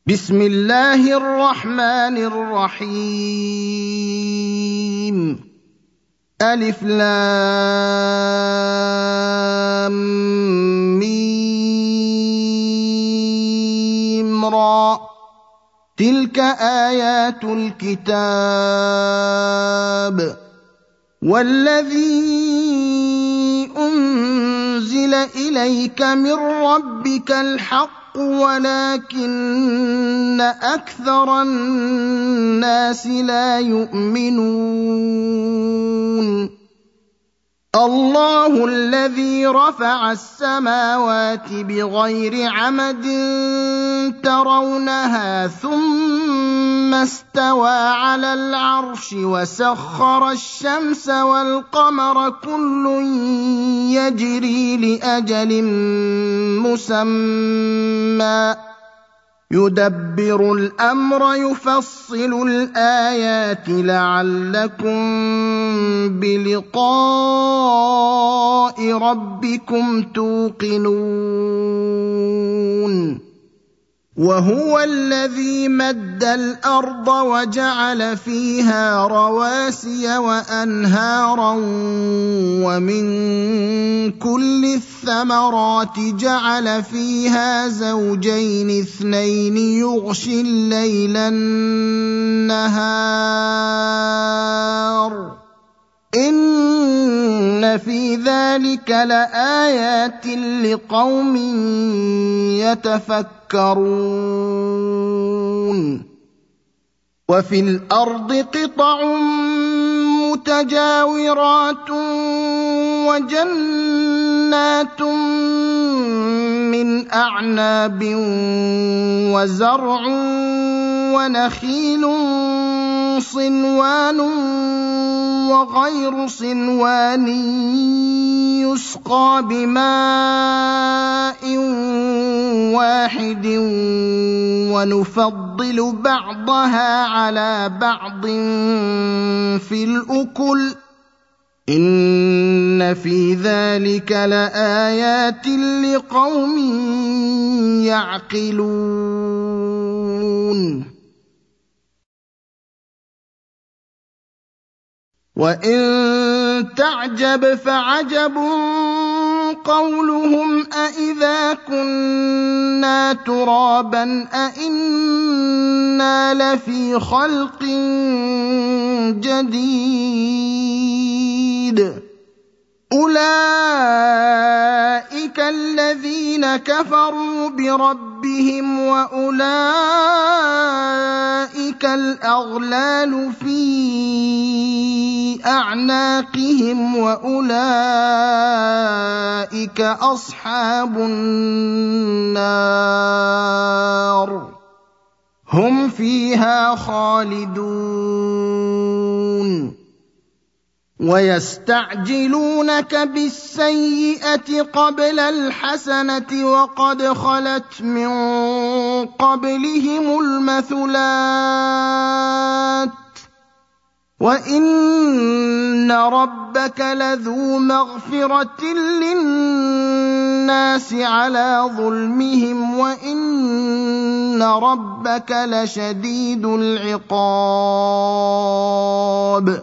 بسم الله الرحمن الرحيم ألف لام ميم را تلك آيات الكتاب والذي أنزل إليك من ربك الحق ولكن أكثر الناس لا يؤمنون الله الذي رفع السماوات بغير عمد ترونها ثم استوى على العرش وسخر الشمس والقمر كل يجري لأجل مسمى يدبر الأمر يفصل الآيات لعلكم بلقاء ربكم توقنون وهو الذي مد الأرض وجعل فيها رواسي وأنهارا ومن كل الثمرات جعل فيها زوجين اثنين يغشي الليل النهار إن في ذلك لآيات لقوم يتفكرون وفي الأرض قطع متجاورات وجنات من أعناب وزرع ونخيل صنوان وغير صنوان يسقى بماء واحد ونفضل بعضها على بعض في الأكل إن في ذلك لآيات لقوم يعقلون وإن تعجب فعجب قولهم أإذا كنا ترابا أإنا لفي خلق جديد أولئك الذين كفروا بربهم وأولئك الأغلال في أعناقهم وأولئك أصحاب النار هم فيها خالدون ويستعجلونك بالسيئة قبل الحسنة وقد خلت من قبلهم المثلات وإن ربك لذو مغفرة للناس على ظلمهم وإن ربك لشديد العقاب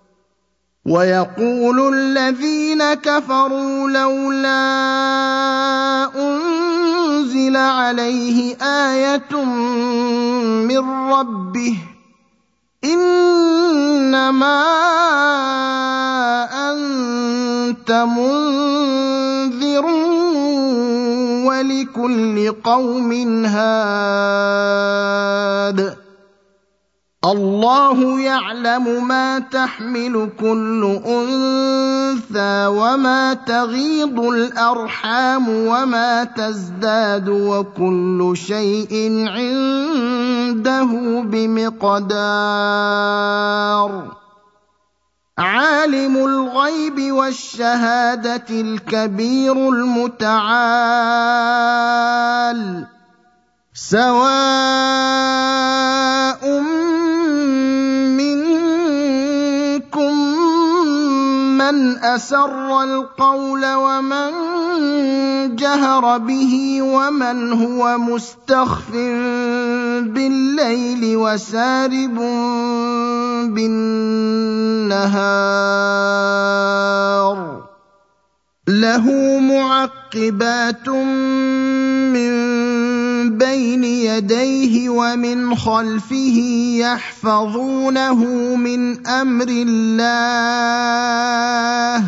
ويقول الذين كفروا لولا أنزل عليه آية من ربه إنما أنت منذر ولكل قوم هاد الله يعلم ما تحمل كل أنثى وما تغيض الأرحام وما تزداد وكل شيء عنده بمقدار عالم الغيب والشهادة الكبير المتعال سواء منكم من أسر القول ومن جهر به ومن هو مستخف بالليل وسارب بالنهار له معقبات من بين يديه ومن خلفه يحفظونه من أمر الله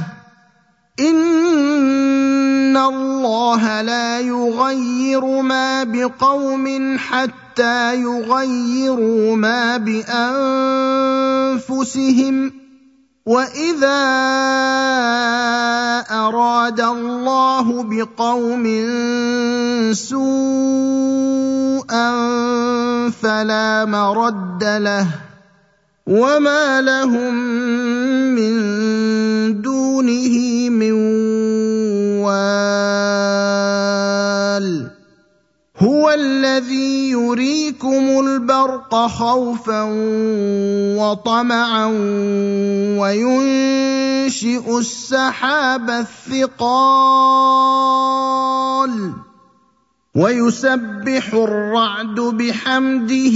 إن الله لا يغير ما بقوم حتى يغيروا ما بأنفسهم وإذا أراد الله بقوم سوءا فلا مرد له وما لهم من دونه من وال هو الذي يريكم البرق خوفا وطمعا وينشئ السحاب الثقال ويسبح الرعد بحمده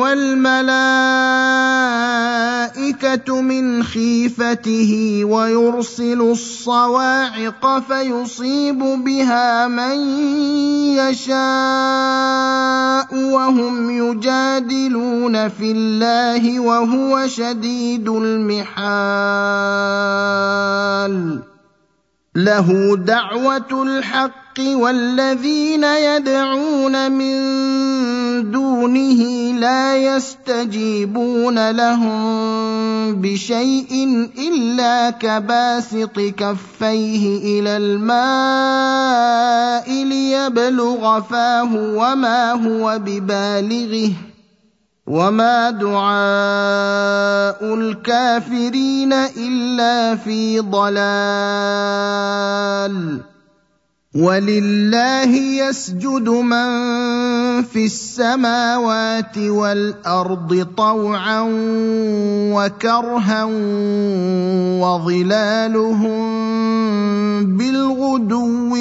والملائكة من خيفته ويرسل الصواعق فيصيب بها من يشاء وهم يجادلون في الله وهو شديد المحال له دعوة الحق والذين يدعون من دونه لا يستجيبون لهم بشيء إلا كباسط كفيه إلى الماء ليبلغ فاه وما هو ببالغه وما دعاء الكافرين إلا في ضلال ولله يسجد من في السماوات والأرض طوعا وكرها وظلالهم بالغدو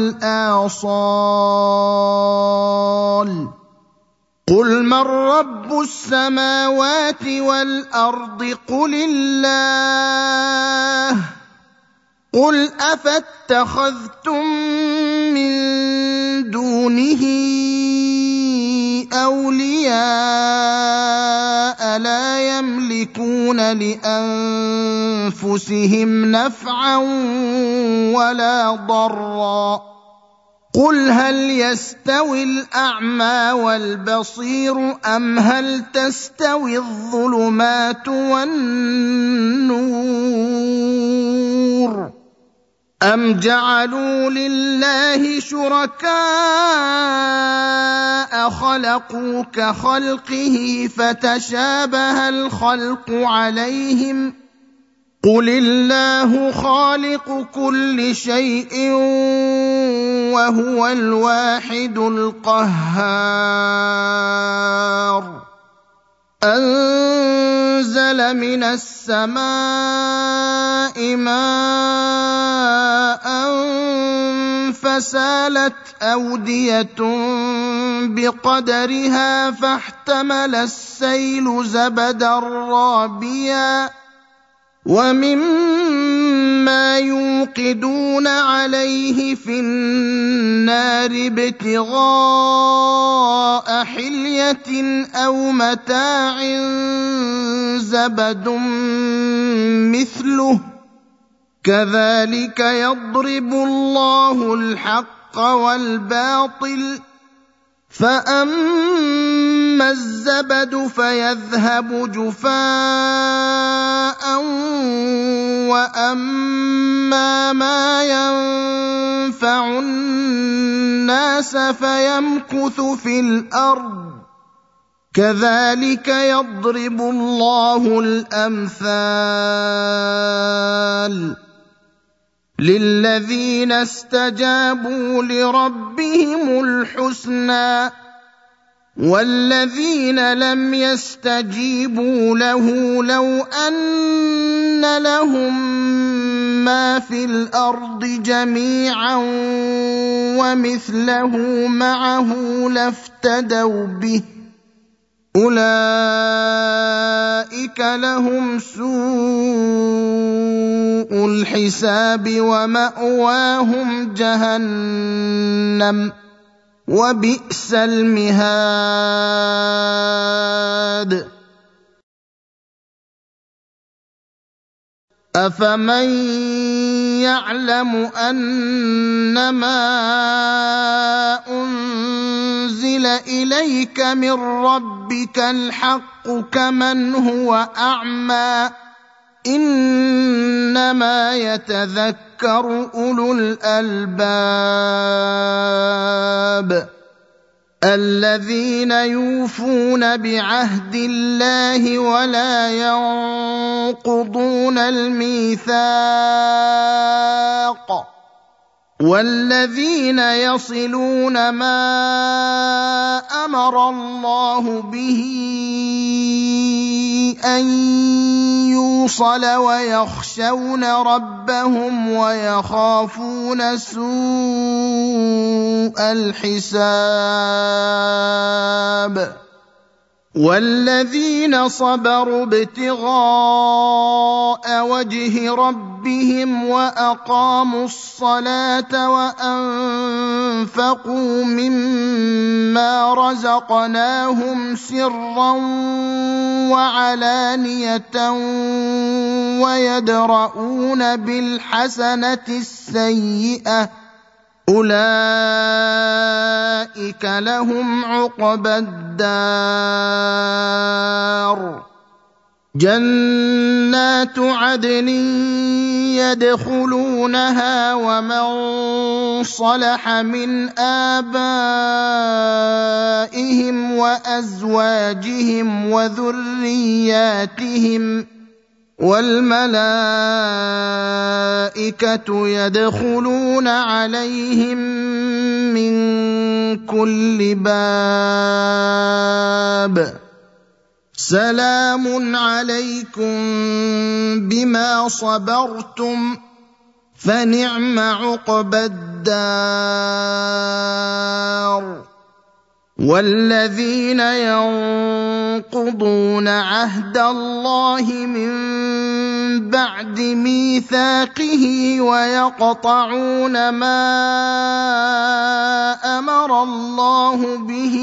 والآصال قل من رب السماوات والأرض قل الله قل أفاتخذتم من دونه أولياء لا يملكون لأنفسهم نفعا ولا ضرا قل هل يستوي الأعمى والبصير أم هل تستوي الظلمات والنور أم جعلوا لله شركاء خلقوا كخلقه فتشابه الخلق عليهم قل الله خالق كل شيء وهو الواحد القهار أنزل من السماء ماء فسالت أودية بقدرها فاحتمل السيل زبدا رابيا ومما يوقدون عليه في النار ابتغاء حلية أو متاع زبد مثله كذلك يضرب الله الحق والباطل فأما الزبد فيذهب جفاء وأما ما ينفع الناس فيمكث في الأرض كذلك يضرب الله الأمثال للذين استجابوا لربهم الحسنى والذين لم يستجيبوا له لو أن لهم ما في الأرض جميعا ومثله معه لافتدوا به أولئك لهم سوء الحساب ومأواهم جهنم وبئس المهاد أفمن يعلم أنما أنزل إليك من ربك الحق كمن هو أعمى إنما يتذكر أولو الألباب الذين يوفون بعهد الله ولا ينقضون الميثاق والذين يصلون ما أمر الله به أن يوصل ويخشون ربهم ويخافون سوء الحساب والذين صبروا ابتغاء وجه ربهم وأقاموا الصلاة وأنفقوا مما رزقناهم سرا وعلانية ويدرؤون بالحسنة السيئة أولئك لهم عقبى الدار جنات عدن يدخلونها ومن صلح من آبائهم وأزواجهم وذرياتهم والملائكة يدخلون عليهم من كل باب سلام عليكم بما صبرتم فنعم عقبى الدار والذين ينقضون عهد الله من بعد ميثاقه ويقطعون ما أمر الله به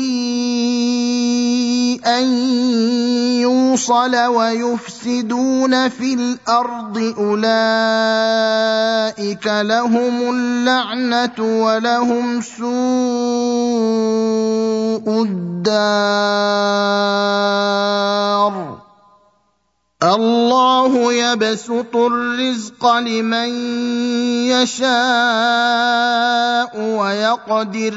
أن يوصل ويفسدون في الأرض أولئك لهم اللعنة ولهم سوء الدار الله يبسط الرزق لمن يشاء ويقدر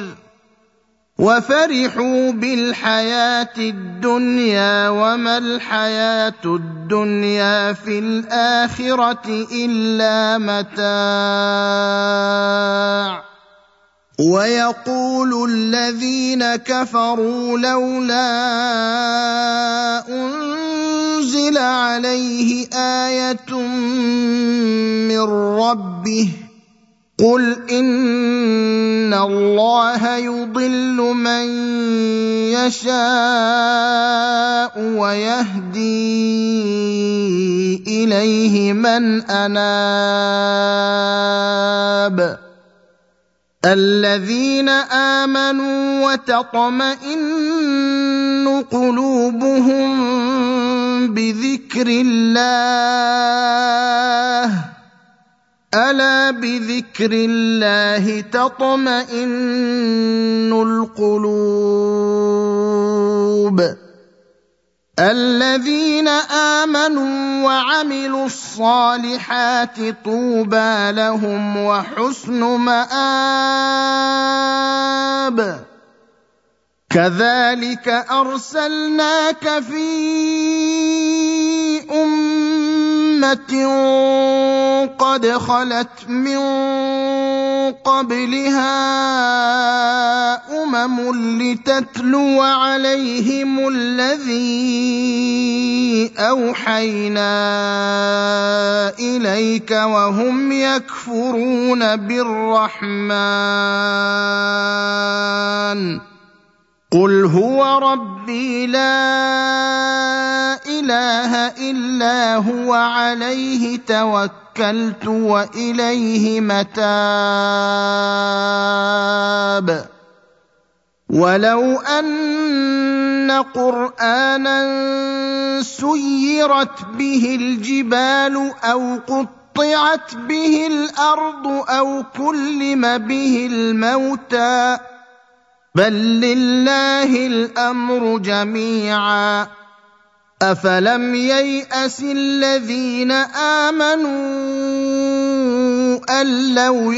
وفرحوا بالحياة الدنيا وما الحياة الدنيا في الآخرة إلا متاع ويقول الذين كفروا لولا أنزل عليه آية من ربه قل إن الله يضل من يشاء ويهدي إليه من أناب الذين آمنوا وتطمئن قلوبهم بذكر الله ألا بذكر الله تطمئن القلوب الذين آمنوا وعملوا الصالحات طوبى لهم وحسن مآب كذلك أرسلناك في أمة قد خلت من قبلها لتتلو عليهم الذي أوحينا إليك وهم يكفرون بالرحمن قل هو ربي لا اله الا هو عليه توكلت واليه متاب ولو ان قرانا سيرت به الجبال او قطعت به الارض او كلم به الموتى بل لله الامر جميعا افلم ييأس الذين امنوا ان لو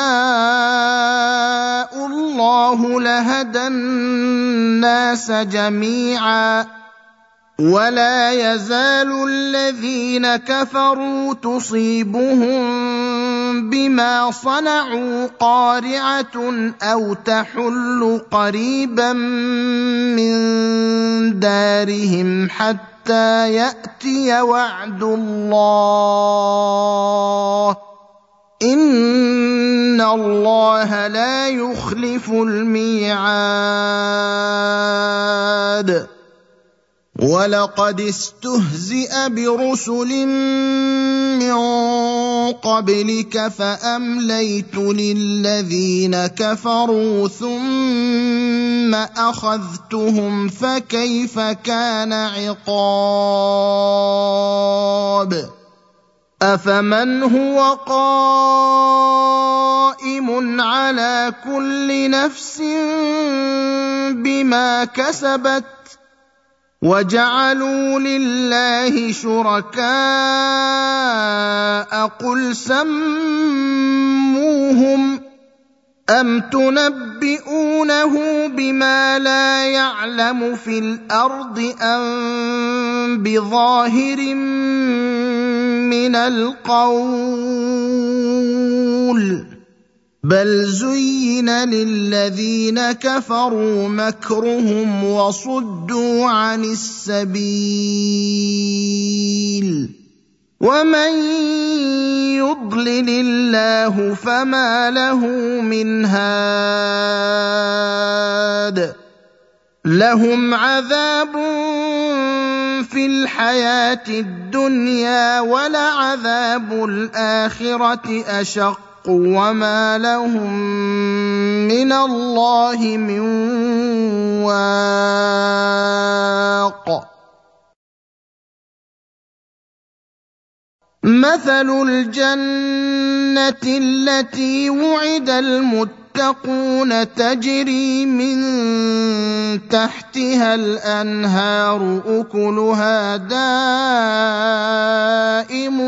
يشاء الله لهدى الناس جميعا ولا يزال الذين كفروا تصيبهم بما صنعوا قارعة أو تحل قريبا من دارهم حتى يأتي وعد الله إن الله لا يخلف الميعاد ولقد استهزئ برسل من قبلك فأمليت للذين كفروا ثم أخذتهم فكيف كان عقاب أفمن هو قائم على كل نفس بما كسبت وجعلوا لله شركاء قل سموهم أم تنبئونه بما لا يعلم في الأرض أم بظاهر من القول بل زين للذين كفروا مكرهم وصدوا عن السبيل ومن يضلل الله فما له من هاد لهم عذاب في الحياة الدنيا ولعذاب الآخرة أشق وما لهم من الله من واق مثل الجنة التي وعد المتقون تجري من تحتها الأنهار أكلها دائم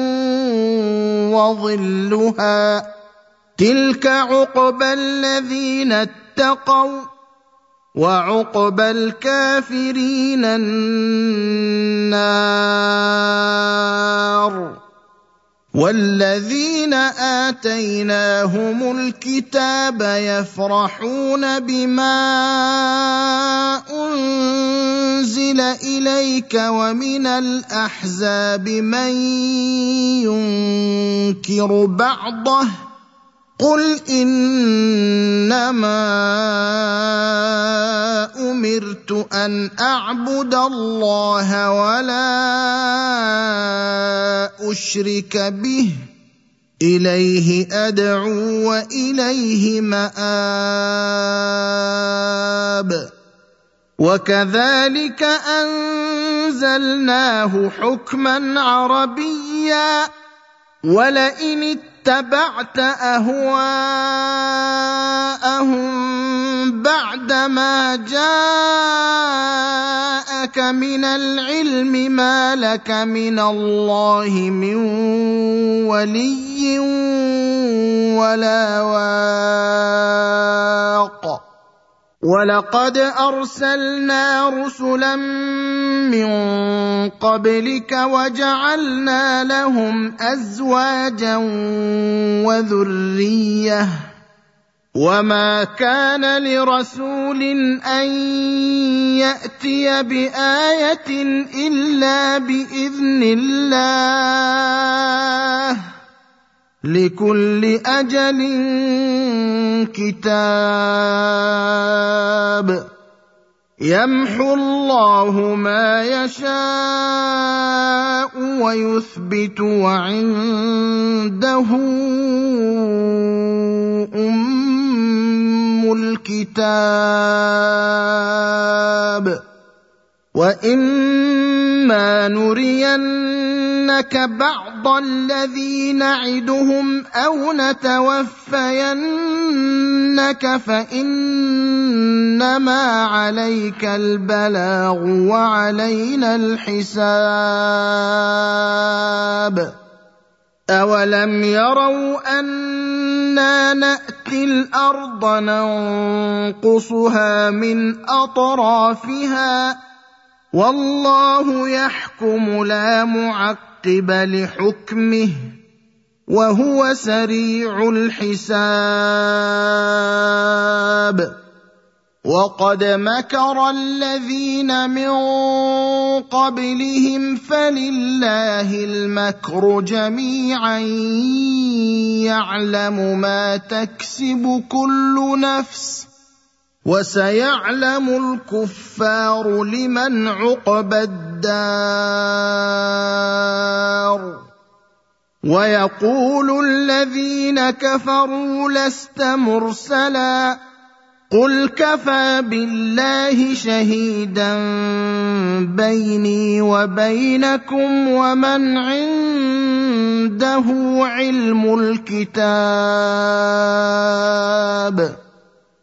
وظلها تلك عقبى الذين اتقوا وعقبى الكافرين النار والذين آتيناهم الكتاب يفرحون بما أنزل إليك ومن الأحزاب من ينكر بعضه قل إنما أمرت أن أعبد الله ولا أشرك به إليه أدعو وإليه مآب وكذلك أنزلناه حكما عربيا ولئن اتبعت أهواءهم بعدما جاءك من العلم ما لك من الله من ولي ولا واق ولقد أرسلنا رسلا من قبلك وجعلنا لهم أزواجا وذرية وما كان لرسول أن يأتي بآية إلا بإذن الله لكل أجل كتاب يمحو الله ما يشاء ويثبت وعنده الكتاب وإما نرينك بعض الذي نعدهم أو نتوفينك فإنما عليك البلاغ وعلينا الحساب أولم يروا أنا نأتي الأرض ننقصها من أطرافها والله يحكم لا معقب لحكمه وهو سريع الحساب وقد مكر الذين من قبلهم فلله المكر جميعا يعلم ما تكسب كل نفس وسيعلم الكفار لمن عقبى الدار ويقول الذين كفروا لست مرسلا قل كفى بالله شهيدا بيني وبينكم ومن عنده علم الكتاب